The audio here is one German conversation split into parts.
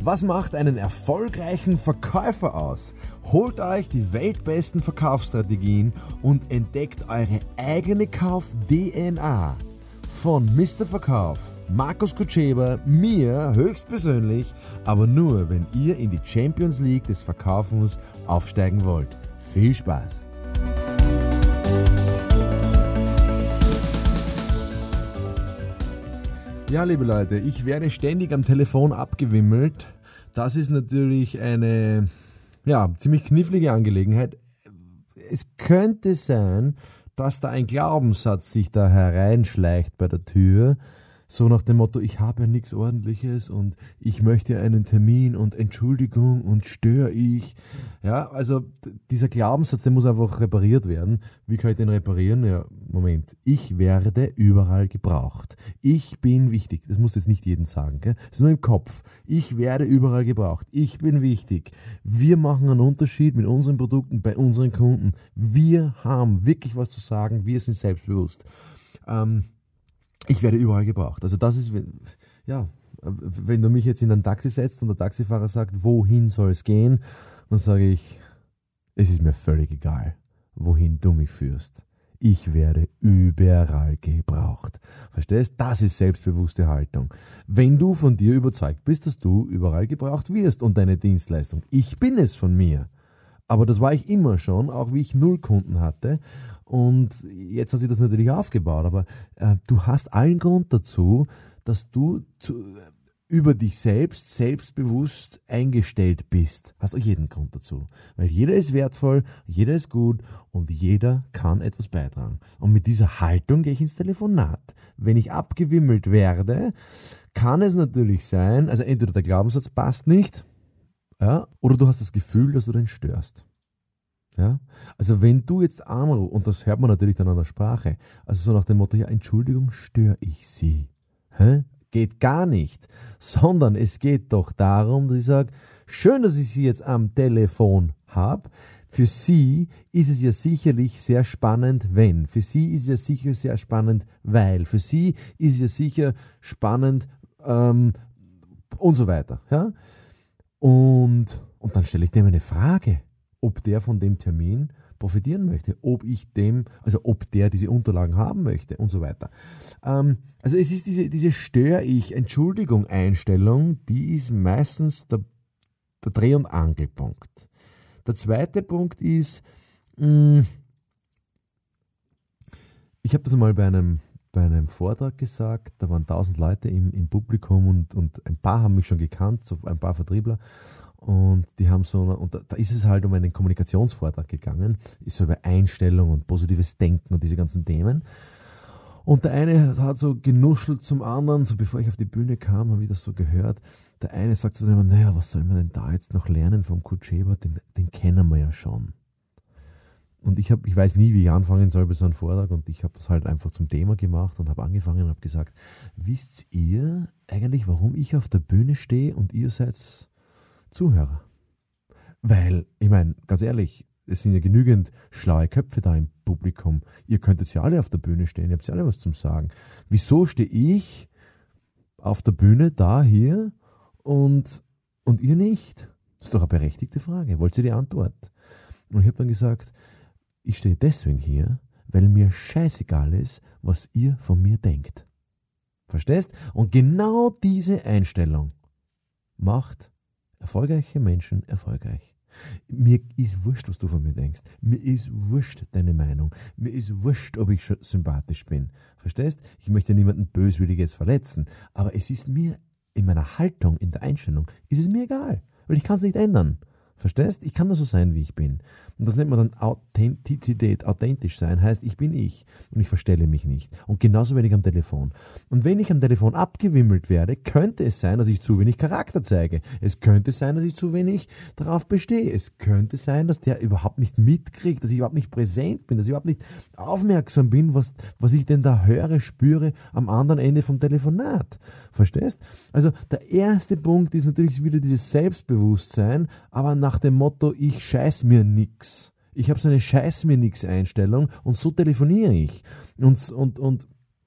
Was macht einen erfolgreichen Verkäufer aus? Holt euch die weltbesten Verkaufsstrategien und entdeckt eure eigene Kauf-DNA. Von Mr. Verkauf, Markus Kutscheber, mir höchstpersönlich, aber nur, wenn ihr in die Champions League des Verkaufens aufsteigen wollt. Viel Spaß! Ja, liebe Leute, ich werde ständig am Telefon abgewimmelt. Das ist natürlich eine ziemlich knifflige Angelegenheit. Es könnte sein, dass da ein Glaubenssatz sich da hereinschleicht bei der Tür, so nach dem Motto, ich habe ja nichts Ordentliches und ich möchte einen Termin und Entschuldigung und störe ich. Ja, also dieser Glaubenssatz, der muss einfach repariert werden. Wie kann ich den reparieren? Ja, Moment, ich werde überall gebraucht. Ich bin wichtig. Das muss jetzt nicht jeden sagen, gell? Das ist nur im Kopf. Ich werde überall gebraucht. Ich bin wichtig. Wir machen einen Unterschied mit unseren Produkten bei unseren Kunden. Wir haben wirklich was zu sagen. Wir sind selbstbewusst. Ich werde überall gebraucht. Also das ist, ja, wenn du mich jetzt in ein Taxi setzt und der Taxifahrer sagt, wohin soll es gehen, dann sage ich, es ist mir völlig egal, wohin du mich führst. Ich werde überall gebraucht. Verstehst? Das ist selbstbewusste Haltung. Wenn du von dir überzeugt bist, dass du überall gebraucht wirst und deine Dienstleistung. Ich bin es von mir. Aber das war ich immer schon, auch wie ich 0 Kunden hatte. Und jetzt hat sich das natürlich aufgebaut. Aber du hast allen Grund dazu, dass du über dich selbstbewusst eingestellt bist. Hast auch jeden Grund dazu. Weil jeder ist wertvoll, jeder ist gut und jeder kann etwas beitragen. Und mit dieser Haltung gehe ich ins Telefonat. Wenn ich abgewimmelt werde, kann es natürlich sein, also entweder der Glaubenssatz passt nicht, ja, oder du hast das Gefühl, dass du den störst. Ja? Also wenn du jetzt anrufst, und das hört man natürlich dann an der Sprache, also so nach dem Motto, ja, Entschuldigung, störe ich Sie? Hä? Geht gar nicht, sondern es geht doch darum, dass ich sage, schön, dass ich Sie jetzt am Telefon habe. Für Sie ist es ja sicherlich sehr spannend, wenn. Für Sie ist es ja sicher sehr spannend, weil. Für Sie ist es ja sicher spannend und so weiter. Ja? Und dann stelle ich dem eine Frage, ob der von dem Termin profitieren möchte, ob der diese Unterlagen haben möchte und so weiter. Also es ist diese Störe-ich-Entschuldigung-Einstellung, die ist meistens der Dreh- und Angelpunkt. Der zweite Punkt ist, ich habe das einmal bei einem Vortrag gesagt, da waren 1000 Leute im Publikum und ein paar haben mich schon gekannt, so ein paar Vertriebler, und die haben da ist es halt um einen Kommunikationsvortrag gegangen, ist so über Einstellung und positives Denken und diese ganzen Themen. Und der eine hat so genuschelt zum anderen, so bevor ich auf die Bühne kam, habe ich das so gehört. Der eine sagt zu dem anderen, naja, was soll man denn da jetzt noch lernen vom Kutscheber, den kennen wir ja schon. Und ich weiß nie, wie ich anfangen soll bei so einem Vortrag, und ich habe das halt einfach zum Thema gemacht und habe angefangen und habe gesagt, wisst ihr eigentlich, warum ich auf der Bühne stehe und ihr seid Zuhörer? Weil, ich meine, ganz ehrlich, es sind ja genügend schlaue Köpfe da im Publikum. Ihr könntet ja alle auf der Bühne stehen, ihr habt ja alle was zum Sagen. Wieso stehe ich auf der Bühne da hier und ihr nicht? Das ist doch eine berechtigte Frage. Wollt ihr die Antwort? Und ich habe dann gesagt, ich stehe deswegen hier, weil mir scheißegal ist, was ihr von mir denkt. Verstehst? Und genau diese Einstellung macht erfolgreiche Menschen erfolgreich. Mir ist wurscht, was du von mir denkst. Mir ist wurscht deine Meinung. Mir ist wurscht, ob ich sympathisch bin. Verstehst? Ich möchte niemanden böswillig jetzt verletzen. Aber es ist mir, in meiner Haltung, in der Einstellung, ist es mir egal. Weil ich kann es nicht ändern. Verstehst? Ich kann nur so sein, wie ich bin. Und das nennt man dann Authentizität. Authentisch sein heißt, ich bin ich und ich verstelle mich nicht. Und genauso wenig am Telefon. Und wenn ich am Telefon abgewimmelt werde, könnte es sein, dass ich zu wenig Charakter zeige. Es könnte sein, dass ich zu wenig darauf bestehe. Es könnte sein, dass der überhaupt nicht mitkriegt, dass ich überhaupt nicht präsent bin, dass ich überhaupt nicht aufmerksam bin, was ich denn da höre, spüre am anderen Ende vom Telefonat. Verstehst? Also der erste Punkt ist natürlich wieder dieses Selbstbewusstsein, aber nach dem Motto, ich scheiß mir nix. Ich habe so eine Scheiß mir nix Einstellung und so telefoniere ich. Und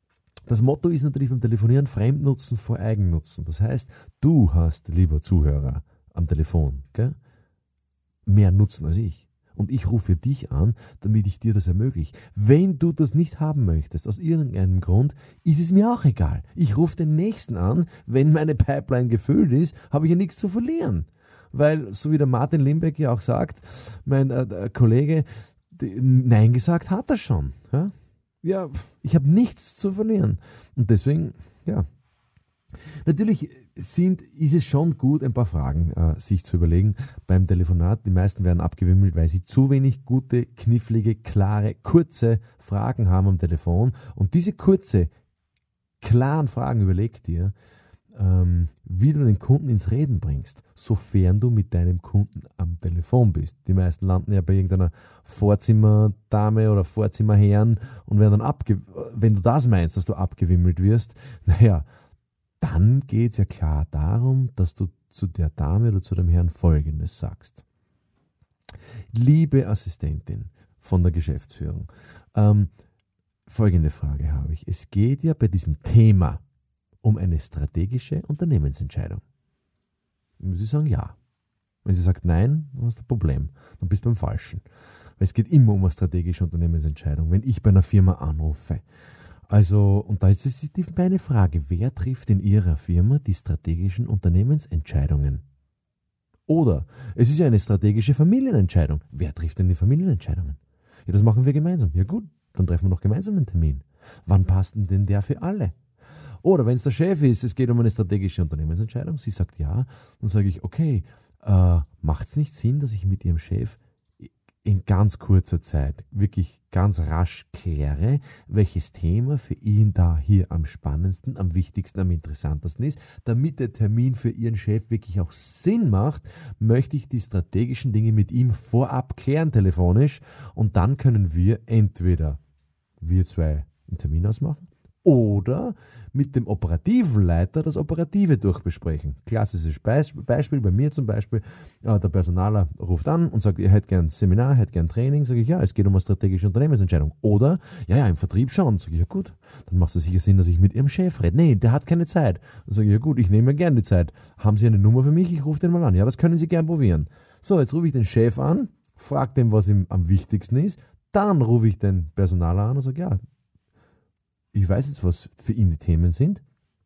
Das Motto ist natürlich beim Telefonieren Fremdnutzen vor Eigennutzen. Das heißt, du hast, lieber Zuhörer am Telefon, gell, mehr Nutzen als ich. Und ich rufe dich an, damit ich dir das ermögliche. Wenn du das nicht haben möchtest, aus irgendeinem Grund, ist es mir auch egal. Ich rufe den Nächsten an, wenn meine Pipeline gefüllt ist, habe ich ja nichts zu verlieren. Weil, so wie der Martin Limbeck ja auch sagt, mein Kollege, Nein gesagt hat er schon. Ja, ich habe nichts zu verlieren. Und deswegen, ja. Natürlich ist es schon gut, ein paar Fragen sich zu überlegen beim Telefonat. Die meisten werden abgewimmelt, weil sie zu wenig gute, knifflige, klare, kurze Fragen haben am Telefon. Und diese kurze, klaren Fragen überleg dir, wie du den Kunden ins Reden bringst, sofern du mit deinem Kunden am Telefon bist. Die meisten landen ja bei irgendeiner Vorzimmerdame oder Vorzimmerherrn und werden dann wenn du das meinst, dass du abgewimmelt wirst, naja, dann geht es ja klar darum, dass du zu der Dame oder zu dem Herrn Folgendes sagst. Liebe Assistentin von der Geschäftsführung, folgende Frage habe ich. Es geht ja bei diesem Thema um eine strategische Unternehmensentscheidung. Dann muss ich sagen, ja. Wenn sie sagt nein, dann hast du ein Problem. Dann bist du beim Falschen. Weil es geht immer um eine strategische Unternehmensentscheidung. Wenn ich bei einer Firma anrufe, also, und da ist es meine Frage, wer trifft in Ihrer Firma die strategischen Unternehmensentscheidungen? Oder es ist ja eine strategische Familienentscheidung. Wer trifft denn die Familienentscheidungen? Ja, das machen wir gemeinsam. Ja gut, dann treffen wir doch gemeinsam einen Termin. Wann passt denn der für alle? Oder wenn es der Chef ist, es geht um eine strategische Unternehmensentscheidung, sie sagt ja, dann sage ich, okay, macht es nicht Sinn, dass ich mit Ihrem Chef in ganz kurzer Zeit wirklich ganz rasch kläre, welches Thema für ihn da hier am spannendsten, am wichtigsten, am interessantesten ist. Damit der Termin für Ihren Chef wirklich auch Sinn macht, möchte ich die strategischen Dinge mit ihm vorab klären telefonisch und dann können wir entweder wir zwei einen Termin ausmachen oder mit dem operativen Leiter das Operative durchbesprechen. Klassisches Beispiel, bei mir zum Beispiel, der Personaler ruft an und sagt, ihr hättet gern ein Seminar, hättet gern Training, sage ich, ja, es geht um eine strategische Unternehmensentscheidung. Oder, ja, im Vertrieb schon, sage ich, ja gut, dann macht es sicher Sinn, dass ich mit Ihrem Chef rede. Nee, der hat keine Zeit. Dann sage ich, ja gut, ich nehme mir gern die Zeit. Haben Sie eine Nummer für mich? Ich rufe den mal an. Ja, das können Sie gern probieren. So, jetzt rufe ich den Chef an, frage den, was ihm am wichtigsten ist, dann rufe ich den Personaler an und sage, ja, ich weiß jetzt, was für ihn die Themen sind.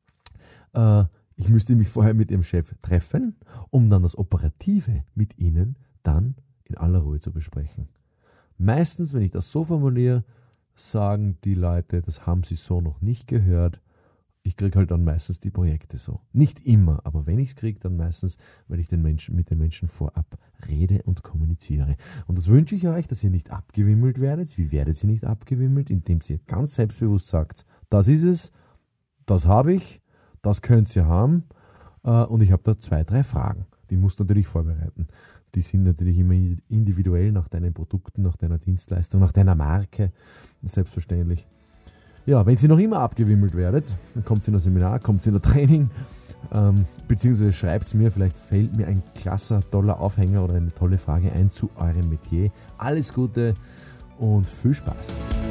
Ich müsste mich vorher mit Ihrem Chef treffen, um dann das Operative mit Ihnen dann in aller Ruhe zu besprechen. Meistens, wenn ich das so formuliere, sagen die Leute, das haben sie so noch nicht gehört. Ich kriege halt dann meistens die Projekte so. Nicht immer, aber wenn ich es kriege, dann meistens, weil ich mit den Menschen vorab rede und kommuniziere. Und das wünsche ich euch, dass ihr nicht abgewimmelt werdet. Wie werdet ihr nicht abgewimmelt? Indem ihr ganz selbstbewusst sagt, das ist es, das habe ich, das könnt ihr haben und ich habe da 2, 3 Fragen. Die musst du natürlich vorbereiten. Die sind natürlich immer individuell nach deinen Produkten, nach deiner Dienstleistung, nach deiner Marke, selbstverständlich. Ja, wenn Sie noch immer abgewimmelt werdet, dann kommt Sie in ein Seminar, kommt Sie in ein Training, beziehungsweise schreibt es mir, vielleicht fällt mir ein klasser, toller Aufhänger oder eine tolle Frage ein zu eurem Metier. Alles Gute und viel Spaß!